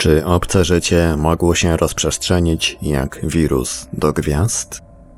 Czy obce życie mogło się rozprzestrzenić jak wirus do gwiazd?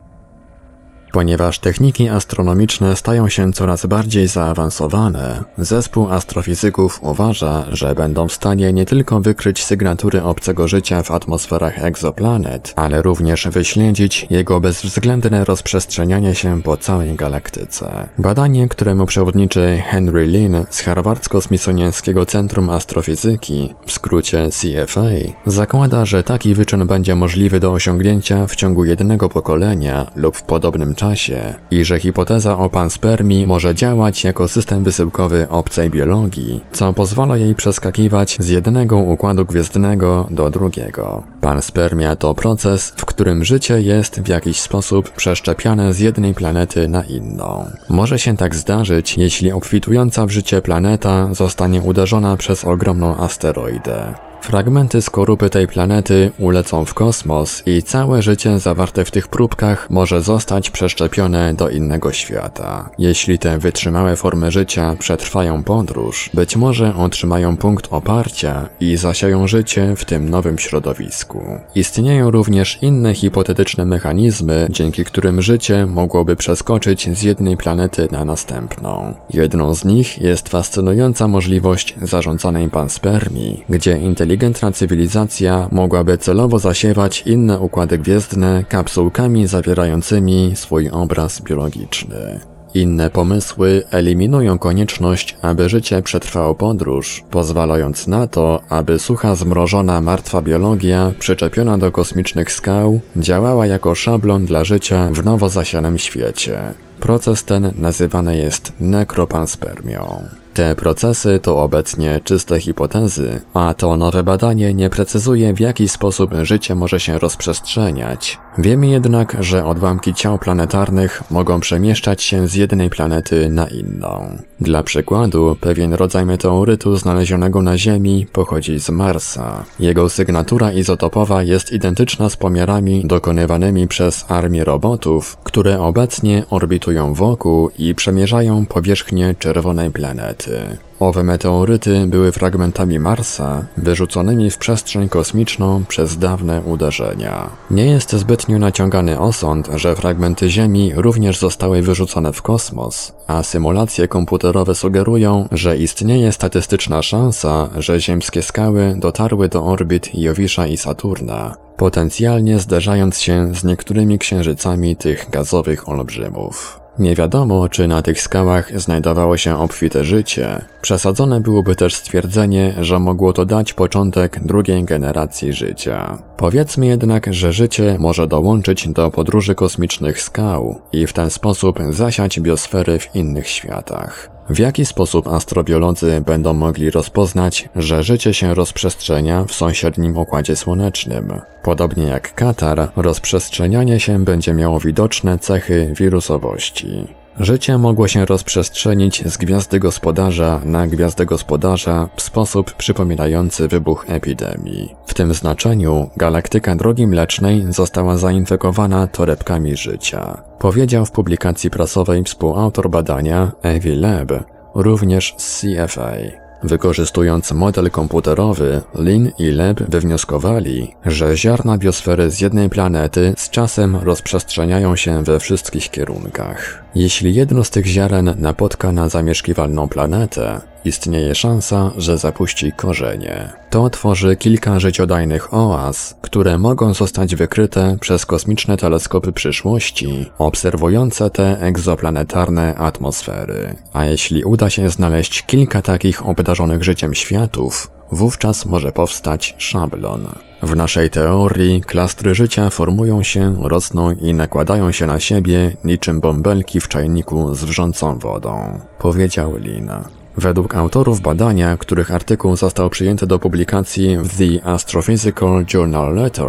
Ponieważ techniki astronomiczne stają się coraz bardziej zaawansowane, zespół astrofizyków uważa, że będą w stanie nie tylko wykryć sygnatury obcego życia w atmosferach egzoplanet, ale również wyśledzić jego bezwzględne rozprzestrzenianie się po całej galaktyce. Badanie, któremu przewodniczy Henry Lin z Harvardzko-Smithsoniańskiego Centrum Astrofizyki, w skrócie CFA, zakłada, że taki wyczyn będzie możliwy do osiągnięcia w ciągu jednego pokolenia lub w podobnym czasie i że hipoteza o panspermii może działać jako system wysyłkowy obcej biologii, co pozwala jej przeskakiwać z jednego układu gwiezdnego do drugiego. Panspermia to proces, w którym życie jest w jakiś sposób przeszczepiane z jednej planety na inną. Może się tak zdarzyć, jeśli obfitująca w życie planeta zostanie uderzona przez ogromną asteroidę. Fragmenty skorupy tej planety ulecą w kosmos i całe życie zawarte w tych próbkach może zostać przeszczepione do innego świata. Jeśli te wytrzymałe formy życia przetrwają podróż, być może otrzymają punkt oparcia i zasieją życie w tym nowym środowisku. Istnieją również inne hipotetyczne mechanizmy, dzięki którym życie mogłoby przeskoczyć z jednej planety na następną. Jedną z nich jest fascynująca możliwość zarządzanej panspermii, gdzie inteligentna cywilizacja mogłaby celowo zasiewać inne układy gwiezdne kapsułkami zawierającymi swój obraz biologiczny. Inne pomysły eliminują konieczność, aby życie przetrwało podróż, pozwalając na to, aby sucha, zmrożona, martwa biologia przyczepiona do kosmicznych skał działała jako szablon dla życia w nowo zasianym świecie. Proces ten nazywany jest nekropanspermią. Te procesy to obecnie czyste hipotezy, a to nowe badanie nie precyzuje, w jaki sposób życie może się rozprzestrzeniać. Wiemy jednak, że odłamki ciał planetarnych mogą przemieszczać się z jednej planety na inną. Dla przykładu, pewien rodzaj meteorytu znalezionego na Ziemi pochodzi z Marsa. Jego sygnatura izotopowa jest identyczna z pomiarami dokonywanymi przez armię robotów, które obecnie orbitują wokół i przemierzają powierzchnię czerwonej planety. Owe meteoryty były fragmentami Marsa, wyrzuconymi w przestrzeń kosmiczną przez dawne uderzenia. Nie jest zbytnio naciągany osąd, że fragmenty Ziemi również zostały wyrzucone w kosmos, a symulacje komputerowe sugerują, że istnieje statystyczna szansa, że ziemskie skały dotarły do orbit Jowisza i Saturna, potencjalnie zderzając się z niektórymi księżycami tych gazowych olbrzymów. Nie wiadomo, czy na tych skałach znajdowało się obfite życie. Przesadzone byłoby też stwierdzenie, że mogło to dać początek drugiej generacji życia. Powiedzmy jednak, że życie może dołączyć do podróży kosmicznych skał i w ten sposób zasiać biosfery w innych światach. W jaki sposób astrobiolodzy będą mogli rozpoznać, że życie się rozprzestrzenia w sąsiednim Układzie Słonecznym? Podobnie jak katar, rozprzestrzenianie się będzie miało widoczne cechy wirusowości. Życie mogło się rozprzestrzenić z gwiazdy gospodarza na gwiazdę gospodarza w sposób przypominający wybuch epidemii. W tym znaczeniu galaktyka Drogi Mlecznej została zainfekowana torebkami życia. Powiedział w publikacji prasowej współautor badania Avi Loeb, również z CFA. Wykorzystując model komputerowy, Lin i Loeb wywnioskowali, że ziarna biosfery z jednej planety z czasem rozprzestrzeniają się we wszystkich kierunkach. Jeśli jedno z tych ziaren napotka na zamieszkiwalną planetę, istnieje szansa, że zapuści korzenie. To tworzy kilka życiodajnych oaz, które mogą zostać wykryte przez kosmiczne teleskopy przyszłości, obserwujące te egzoplanetarne atmosfery. A jeśli uda się znaleźć kilka takich obdarzonych życiem światów, wówczas może powstać szablon. W naszej teorii klastry życia formują się, rosną i nakładają się na siebie niczym bąbelki w czajniku z wrzącą wodą, powiedział Lin. Według autorów badania, których artykuł został przyjęty do publikacji w The Astrophysical Journal Letters,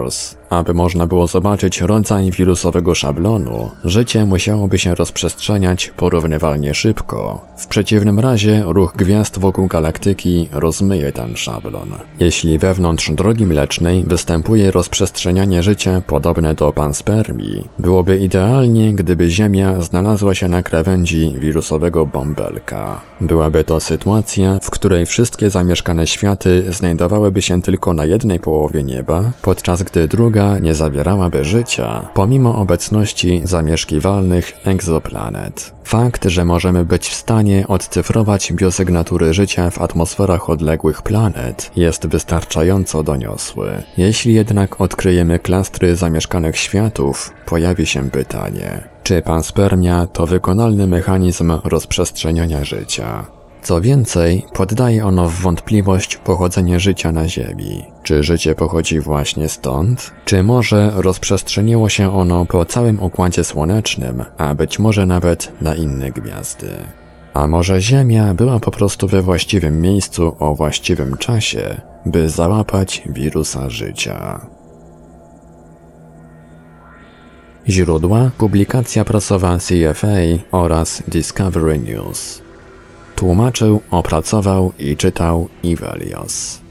Aby można było zobaczyć rodzaj wirusowego szablonu, życie musiałoby się rozprzestrzeniać porównywalnie szybko. W przeciwnym razie ruch gwiazd wokół galaktyki rozmyje ten szablon. Jeśli wewnątrz drogi mlecznej występuje rozprzestrzenianie życia podobne do panspermii, byłoby idealnie, gdyby Ziemia znalazła się na krawędzi wirusowego bąbelka. Byłaby to sytuacja, w której wszystkie zamieszkane światy znajdowałyby się tylko na jednej połowie nieba, podczas gdy druga nie zawierałaby życia, pomimo obecności zamieszkiwalnych egzoplanet. Fakt, że możemy być w stanie odcyfrować biosygnatury życia w atmosferach odległych planet, jest wystarczająco doniosły. Jeśli jednak odkryjemy klastry zamieszkanych światów, pojawi się pytanie, czy panspermia to wykonalny mechanizm rozprzestrzeniania życia? Co więcej, poddaje ono w wątpliwość pochodzenie życia na Ziemi. Czy życie pochodzi właśnie stąd? Czy może rozprzestrzeniło się ono po całym Układzie Słonecznym, a być może nawet na inne gwiazdy? A może Ziemia była po prostu we właściwym miejscu o właściwym czasie, by załapać wirusa życia? Źródła: publikacja prasowa CFA oraz Discovery News. Tłumaczył, opracował i czytał Ivelios.